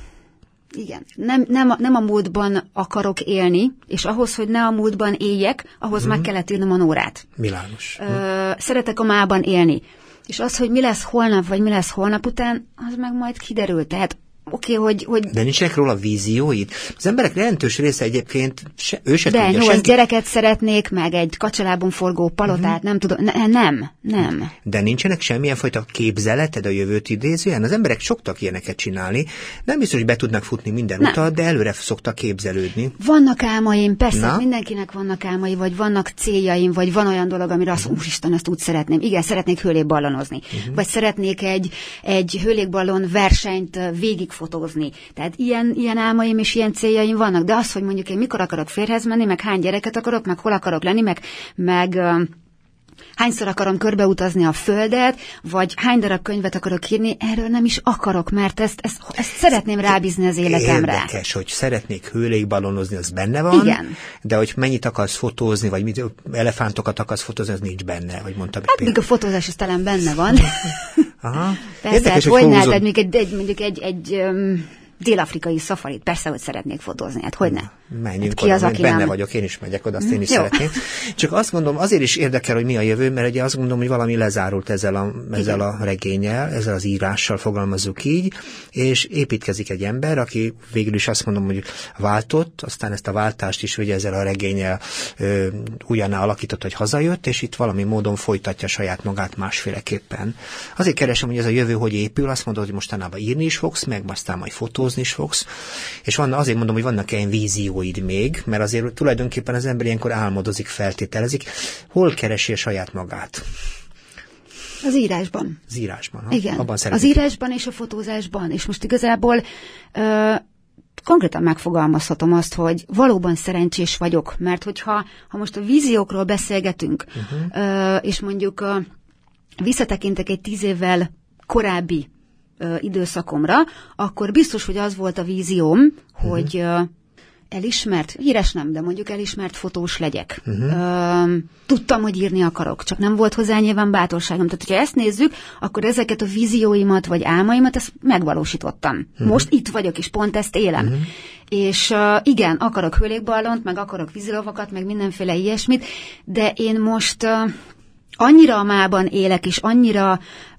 nem a múltban akarok élni, és ahhoz, hogy ne a múltban éljek, ahhoz meg kellett írnom a Nórát. Világos. Szeretek a mában élni. És az, hogy mi lesz holnap, vagy mi lesz holnap után, az meg majd kiderül. Tehát oké, hogy... De nincsenek róla vízióid? Az emberek jelentős része egyébként ő se tudja. De 8 gyereket szeretnék, meg egy kacsalábon forgó palotát, nem tudom. Nem. De nincsenek semmilyen fajta képzeleted a jövőt idézően? Az emberek szoktak ilyeneket csinálni. Nem biztos, hogy be tudnak futni minden utat, de előre szoktak képzelődni. Vannak álmaim, persze, mindenkinek vannak álmai, vagy vannak céljaim, vagy van olyan dolog, amire azt úristen, ezt úgy szeretném. Igen, szeretnék hőlékballonozni. Vagy szeretnék egy hőlékballon versenyt végigfotózni. Tehát ilyen álmaim és ilyen céljaim vannak. De az, hogy mondjuk én mikor akarok férjhez menni, meg hány gyereket akarok, meg hol akarok lenni, meg hányszor akarom körbeutazni a földet, vagy hány darab könyvet akarok írni, erről nem is akarok, mert ezt szeretném rábízni az életemre. Érdekes, hogy szeretnék hőlékballonozni, az benne van, igen. De hogy mennyit akarsz fotózni, vagy elefántokat akarsz fotózni, az nincs benne, vagy mondtam. Hát még a fotózás is talán benne van. Aha. Persze, érdekes, hogy ne, mondjuk egy dél-afrikai szafarit, persze, hogy szeretnék fotózni, hát hogy ne? Menjünk hát oda, benne nem... vagyok, én is megyek oda, azt én is szeretném. Csak azt gondolom, azért is érdekel, hogy mi a jövő, mert ugye azt gondolom, hogy valami lezárult ezzel a regénnyel, ezzel az írással, fogalmazzuk így, és építkezik egy ember, aki végül is azt mondom, hogy váltott, aztán ezt a váltást is ugye ezzel a regénnyel ugyaná alakított, hogy hazajött, és itt valami módon folytatja saját magát másféleképpen. Azért keresem, hogy ez a jövő hogy épül, azt mondod, hogy mostanában írni is fogsz, meg aztán majd fotózni is fogsz, és azért mondom, hogy vannak ilyen vízióid még, mert azért tulajdonképpen az ember ilyenkor álmodozik, feltételezik. Hol keresi a saját magát? Az írásban. Az írásban, igen. Abban az írásban és a fotózásban. És most igazából konkrétan megfogalmazhatom azt, hogy valóban szerencsés vagyok, mert hogyha most a víziókról beszélgetünk, és mondjuk visszatekintek egy 10 évvel korábbi időszakomra, akkor biztos, hogy az volt a vízióm, hogy elismert, híres nem, de mondjuk elismert fotós legyek. Tudtam, hogy írni akarok, csak nem volt hozzá nyilván bátorságom. Tehát, hogyha ezt nézzük, akkor ezeket a vízióimat, vagy álmaimat, ezt megvalósítottam. Most itt vagyok, és pont ezt élem. És igen, akarok hőlékballont, meg akarok vízilovakat, meg mindenféle ilyesmit, de én most annyira a mában élek, és annyira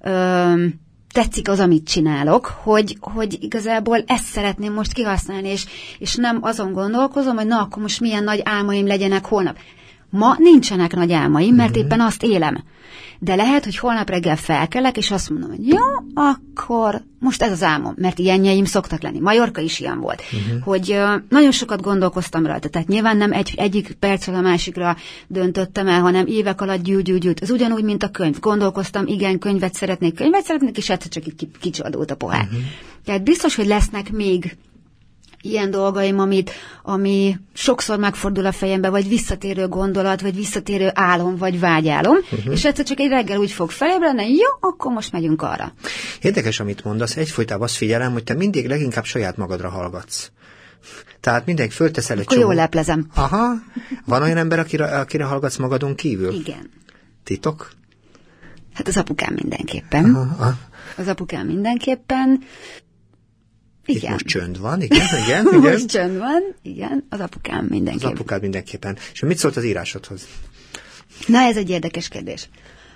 tetszik az, amit csinálok, hogy igazából ezt szeretném most kihasználni, és nem azon gondolkozom, hogy na, akkor most milyen nagy álmaim legyenek holnap. Ma nincsenek nagy álmaim, mert éppen azt élem. De lehet, hogy holnap reggel felkelek, és azt mondom, hogy jó, akkor most ez az álmom, mert ilyenjeim szoktak lenni. Majorka is ilyen volt, hogy nagyon sokat gondolkoztam rajta, tehát nyilván nem egyik percről a másikra döntöttem el, hanem évek alatt gyűlt. Ez ugyanúgy, mint a könyv. Gondolkoztam, igen, könyvet szeretnék, és hát csak így kicsordult a pohár. Tehát biztos, hogy lesznek még ilyen dolgaim, ami sokszor megfordul a fejembe, vagy visszatérő gondolat, vagy visszatérő álom, vagy vágyálom, és egyszer csak egy reggel úgy fog felébredni, jó, akkor most megyünk arra. Érdekes, amit mondasz, egyfolytában azt figyelem, hogy te mindig leginkább saját magadra hallgatsz. Tehát mindenki fölteszel egy csomó. Akkor jól leplezem. Aha. Van olyan ember, akire hallgatsz magadon kívül? Igen. Titok? Hát az apukám mindenképpen. Aha. Az apukám mindenképpen. Igen. Itt most csönd van, igen. Most csönd van, igen, az apukám mindenképpen. Az apukád mindenképpen. És mit szólt az írásodhoz? Na, ez egy érdekes kérdés.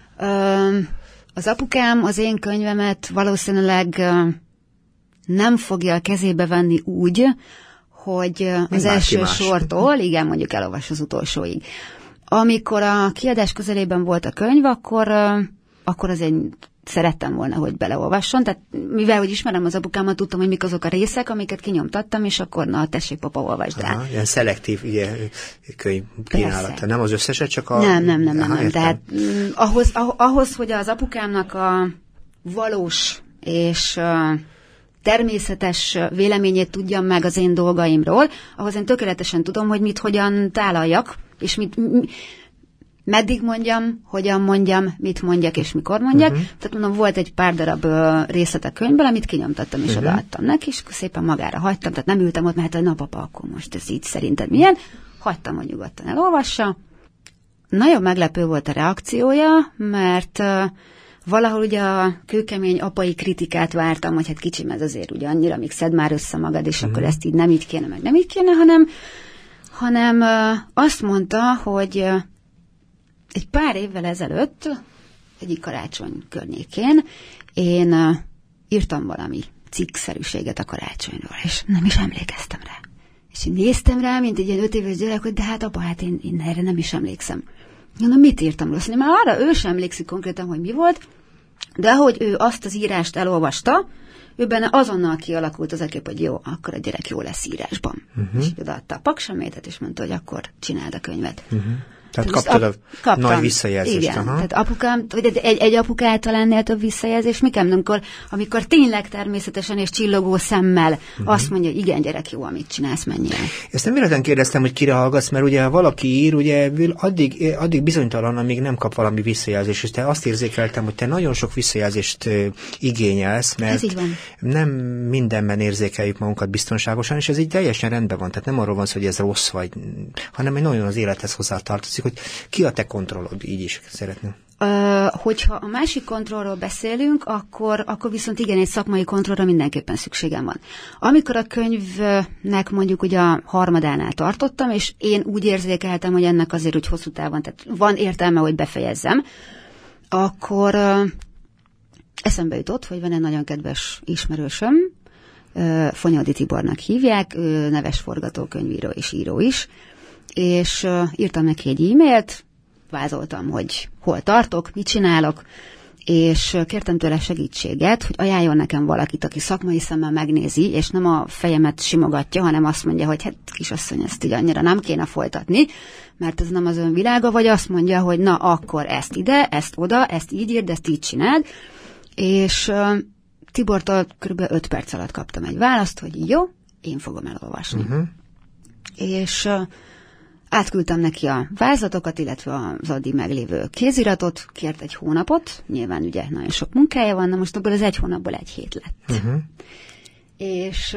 Az apukám az én könyvemet valószínűleg nem fogja a kezébe venni úgy, hogy az első sortól, igen, mondjuk elolvas az utolsóig. Amikor a kiadás közelében volt a könyv, akkor az egy szerettem volna, hogy beleolvasson, tehát mivel, hogy ismerem az apukámat, tudtam, hogy mik azok a részek, amiket kinyomtattam, és akkor na, tessék, papa, olvasd rá. Ilyen szelektív könyv kínálata. Nem az összeset, csak a... Nem. Tehát ahhoz, hogy az apukámnak a valós és természetes véleményét tudjam meg az én dolgaimról, ahhoz én tökéletesen tudom, hogy mit hogyan tálaljak, és meddig mondjam, hogyan mondjam, mit mondjak és mikor mondjak. Tehát mondom, volt egy pár darab részlet a könyvből, amit kinyomtattam és odaadtam neki, és szépen magára hagytam, tehát nem ültem ott, mert hát, na papa, akkor most ez így szerinted milyen. Hagytam, hogy nyugodtan elolvassa. Nagyon meglepő volt a reakciója, mert valahol ugye a kőkemény apai kritikát vártam, hogy hát kicsim, ez azért ugye annyira, még szedd már össze magad, és akkor ezt így nem így kéne, meg nem így kéne, hanem azt mondta, hogy egy pár évvel ezelőtt, egyik karácsony környékén én írtam valami cikkszerűséget a karácsonyról, és nem is emlékeztem rá. És én néztem rá, mint egy ilyen 5 éves gyerek, hogy de hát apa, hát én erre nem is emlékszem. Na, mit írtam rossz? Már arra ő sem emlékszik konkrétan, hogy mi volt, de ahogy ő azt az írást elolvasta, ő benne azonnal kialakult az a kép, hogy jó, akkor a gyerek jó lesz írásban. És odaadta a paksemétet, és mondta, hogy akkor csináld a könyvet. Tehát kaptad a nagy visszajelzést. Igen, tehát apukám, vagy egy apukától ennél több visszajelzés, mikem, amikor tényleg természetesen és csillogó szemmel azt mondja, hogy igen, gyerek, jó, amit csinálsz, menjél. Ezt nem véletlenül kérdeztem, hogy kire hallgatsz, mert ugye ha valaki ír, ugye addig bizonytalan, amíg nem kap valami visszajelzést, és te azt érzékeltem, hogy te nagyon sok visszajelzést igényelsz, mert nem mindenben érzékeljük magunkat biztonságosan, és ez így teljesen rendben van, tehát nem arról van szó, hogy ez rossz vagy, hanem egy nagyon az élethez hozzátartozik, hogy ki a te kontrollod, így is szeretném. Hogyha a másik kontrollról beszélünk, akkor viszont igen, egy szakmai kontrollra mindenképpen szükségem van. Amikor a könyvnek mondjuk ugye a harmadánál tartottam, és én úgy érzékeltem, hogy ennek azért úgy hosszú távon, tehát van értelme, hogy befejezzem, akkor eszembe jutott, hogy van egy nagyon kedves ismerősöm, Fonyódi Tibornak hívják, neves forgatókönyvíró és író is, és írtam neki egy e-mailt, vázoltam, hogy hol tartok, mit csinálok, és kértem tőle segítséget, hogy ajánljon nekem valakit, aki szakmai szemmel megnézi, és nem a fejemet simogatja, hanem azt mondja, hogy hát kisasszony, ezt így annyira nem kéne folytatni, mert ez nem az ön világa, vagy azt mondja, hogy na akkor ezt ide, ezt oda, ezt így írd, ezt így csináld, és Tibortól kb. 5 perc alatt kaptam egy választ, hogy jó, én fogom elolvasni. És átküldtem neki a vázlatokat, illetve az addig meglévő kéziratot, kért egy hónapot, nyilván ugye nagyon sok munkája van, de most abból az 1 hónapból 1 hét lett. És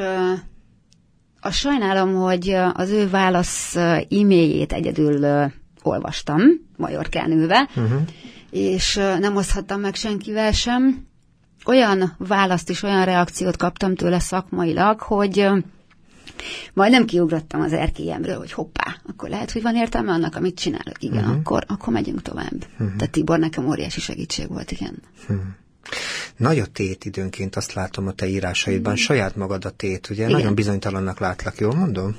azt sajnálom, hogy az ő válasz e-mailjét egyedül olvastam, Majorkán ülve, és nem oszthattam meg senkivel sem. Olyan választ és olyan reakciót kaptam tőle szakmailag, hogy majdnem kiugrottam az erkélyemről, hogy hoppá, akkor lehet, hogy van értelme annak, amit csinálok. Igen, akkor megyünk tovább. Tehát Tibor nekem óriási segítség volt, igen. Nagy a tét időnként, azt látom a te írásaidban, saját magad a tét, ugye? Igen. Nagyon bizonytalannak látlak, jól mondom?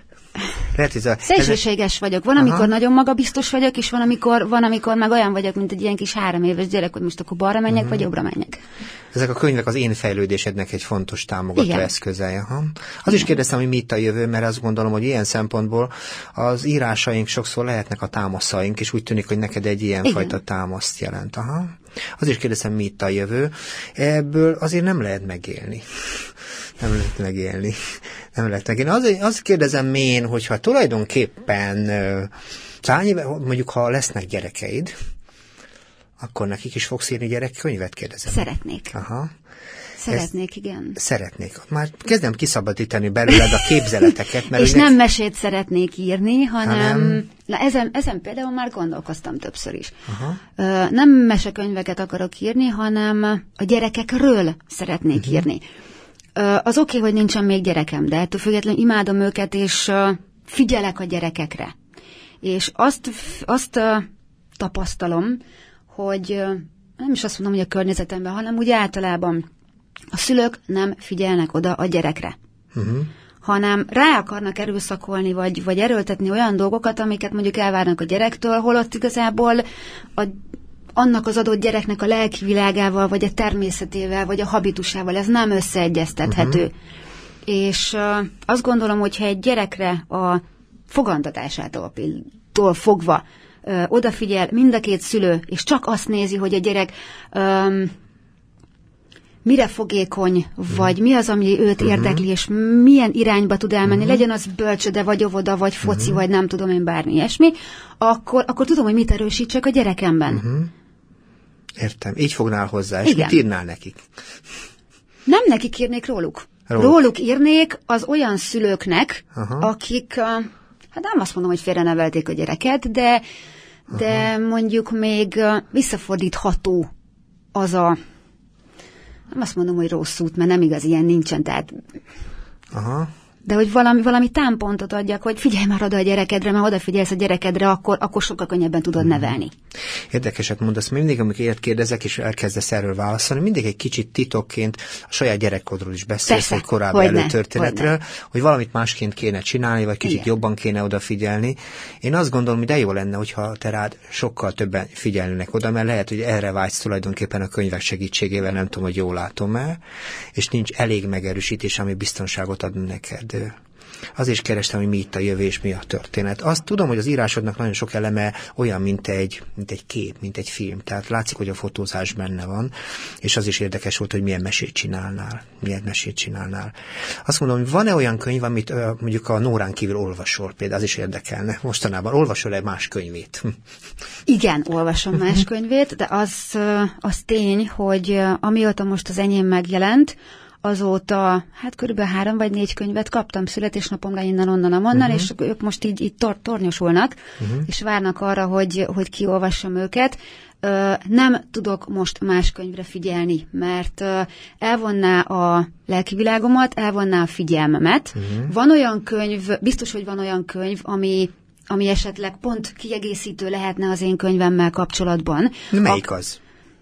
Szélsőséges vagyok. Van, amikor nagyon magabiztos vagyok, és van, amikor meg olyan vagyok, mint egy ilyen kis 3 éves gyerek, hogy most akkor balra menjek, vagy jobbra menjek. Ezek a könyvek az én fejlődésednek egy fontos támogató eszköze. Az is kérdeztem, hogy mi itt a jövő, mert azt gondolom, hogy ilyen szempontból az írásaink sokszor lehetnek a támaszaink, és úgy tűnik, hogy neked egy ilyen fajta támaszt jelent. Az is kérdeztem, mi itt a jövő. Ebből azért nem lehet megélni. Nem lehet megélni. Azt kérdezem én, hogyha tulajdonképpen mondjuk, ha lesznek gyerekeid, akkor nekik is fogsz írni gyerekkönyvet, kérdezem. Szeretnék. Szeretnék, igen. Szeretnék. Már kezdem kiszabadítani belőled a képzeleteket. Mert és nem mesét szeretnék írni, hanem... Na, ezen például már gondolkoztam többször is. Nem mesekönyveket akarok írni, hanem a gyerekekről szeretnék írni. Az oké, hogy nincsen még gyerekem, de ettől függetlenül imádom őket, és figyelek a gyerekekre. És azt tapasztalom, hogy nem is azt mondom, hogy a környezetemben, hanem úgy általában a szülők nem figyelnek oda a gyerekre. Hanem rá akarnak erőszakolni, vagy erőltetni olyan dolgokat, amiket mondjuk elvárnak a gyerektől, holott igazából annak az adott gyereknek a lelkivilágával, vagy a természetével, vagy a habitusával, ez nem összeegyeztethető. És azt gondolom, hogyha egy gyerekre a fogantatásától fogva odafigyel mind a 2 szülő, és csak azt nézi, hogy a gyerek mire fogékony, vagy mi az, ami őt érdekli, és milyen irányba tud elmenni, legyen az bölcsöde, vagy óvoda, vagy foci, vagy nem tudom én bármi ilyesmi, akkor tudom, hogy mit erősítsek a gyerekemben. Értem. Így fognál hozzá, és mit írnál nekik? Nem nekik írnék róluk. Róluk írnék az olyan szülőknek, akik, hát nem azt mondom, hogy félrenevelték a gyereket, de mondjuk még visszafordítható az a, nem azt mondom, hogy rossz út, mert nem igaz, ilyen nincsen, tehát... de hogy valami támpontot adjak, hogy figyelj már oda a gyerekedre, mert odafigyelsz a gyerekedre, akkor sokkal könnyebben tudod nevelni. Érdekeset mondasz, mindig, amikor ilyet kérdezek, és elkezdesz erről válaszolni, mindig egy kicsit titokként a saját gyerekkodról is beszélsz, egy korábbi előtörténetről, hogy valamit másként kéne csinálni, vagy kicsit jobban kéne odafigyelni. Én azt gondolom, hogy de jó lenne, hogyha te rád sokkal többen figyelnének oda, mert lehet, hogy erre vágysz tulajdonképpen a könyvek segítségével, nem tudom, hogy jól látom-e, és nincs elég megerősítés, ami biztonságot ad neked. Azért is kerestem, hogy mi itt a jövő és mi a történet. Azt tudom, hogy az írásodnak nagyon sok eleme olyan, mint egy kép, mint egy film. Tehát látszik, hogy a fotózás benne van, és az is érdekes volt, hogy milyen mesét csinálnál. Azt mondom, hogy van-e olyan könyv, amit mondjuk a Nórán kívül olvasol? Például az is érdekelne. Mostanában olvasol-e más könyvét? Igen, olvasom más könyvét, de az tény, hogy amióta most az enyém megjelent, azóta, körülbelül 3 vagy 4 könyvet kaptam születésnapomra innen-onnan, és ők most így tornyosulnak, és várnak arra, hogy kiolvassam őket. Nem tudok most más könyvre figyelni, mert elvonná a lelkivilágomat, elvonná a figyelmemet. Van olyan könyv, biztos, hogy van olyan könyv, ami esetleg pont kiegészítő lehetne az én könyvemmel kapcsolatban. Melyik az?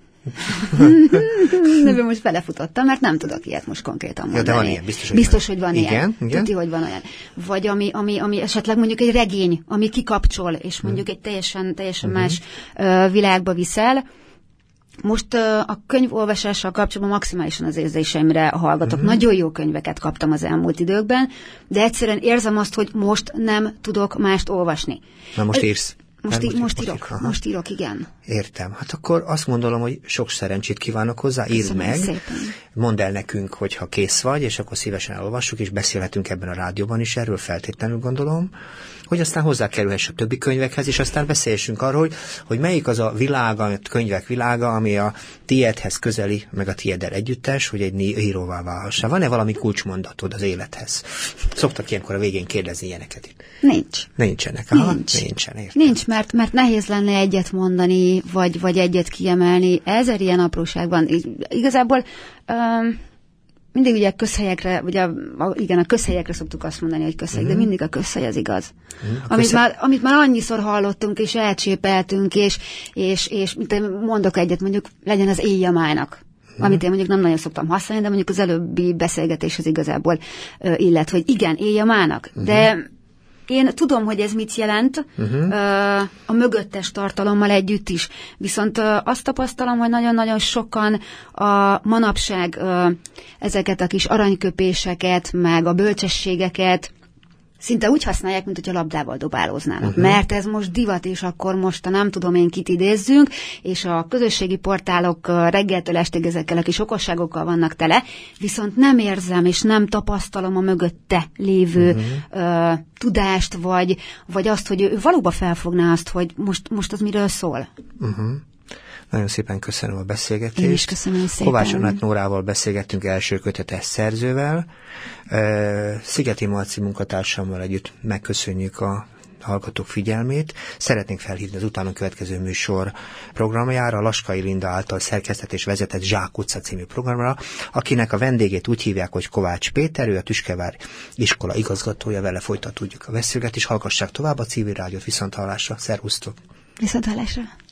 Ebben most belefutottam, mert nem tudok ilyet most konkrétan mondani. Ja, de van ilyen, biztos, hogy van ilyen. Tuti, hogy van olyan. Vagy ami esetleg mondjuk egy regény, ami kikapcsol, és mondjuk egy teljesen más világba viszel. Most a könyvolvasással kapcsolatban maximálisan az érzéseimre hallgatok. Nagyon jó könyveket kaptam az elmúlt időkben, de egyszerűen érzem azt, hogy most nem tudok mást olvasni. Na most írsz? Most írok, igen. Értem. Hát akkor azt mondom, hogy sok szerencsét kívánok hozzá, írd meg, mondd el nekünk, hogyha kész vagy, és akkor szívesen elolvassuk, és beszélhetünk ebben a rádióban is erről, feltétlenül gondolom, hogy aztán hozzákerülhess a többi könyvekhez, és aztán beszélhessünk arról, hogy melyik az a világ, a könyvek világa, ami a tiédhez közeli, meg a tiéddel együttes, hogy egy íróvá válhassál. Van-e valami kulcsmondatod az élethez? Szoktak ilyenkor a végén kérdezni ilyeneket itt. Nincsenek. Nincsen, értem. Nincs, mert nehéz lenne egyet mondani, vagy egyet kiemelni. Ezer ilyen apróság van. Igazából mindig ugye közhelyekre, a közhelyekre szoktuk azt mondani, hogy közhely, de mindig a közhely az igaz. Amit már annyiszor hallottunk, és elcsépeltünk, és mondok egyet, mondjuk legyen az éjjamának. Amit én mondjuk nem nagyon szoktam használni, de mondjuk az előbbi beszélgetéshez igazából illet, hogy igen, éjjamának. De én tudom, hogy ez mit jelent a mögöttes tartalommal együtt is. Viszont azt tapasztalom, hogy nagyon-nagyon sokan a manapság ezeket a kis aranyköpéseket, meg a bölcsességeket szinte úgy használják, mint hogyha labdával dobálóznának. Mert ez most divat, és akkor most nem tudom én kit idézzünk, és a közösségi portálok reggeltől estig ezekkel a kis okosságokkal vannak tele, viszont nem érzem, és nem tapasztalom a mögötte lévő tudást, vagy azt, hogy ő valóban felfogná azt, hogy most az miről szól. Nagyon szépen köszönöm a beszélgetést. Én is köszönöm szépen. Kovács Anett Nórával beszélgettünk első kötetes szerzővel. Szigeti Marci munkatársammal együtt megköszönjük a hallgatók figyelmét. Szeretnénk felhívni az utána következő műsor programjára, Laskai Linda által szerkesztett és vezetett Zsák utca című programra, akinek a vendégét úgy hívják, hogy Kovács Péter, ő a Tüskevár iskola igazgatója, vele folytatjuk a beszélgetést. Hallgassák tovább a civil rádiót, viszonthallásra. Szervusztok! Viszonthallásra!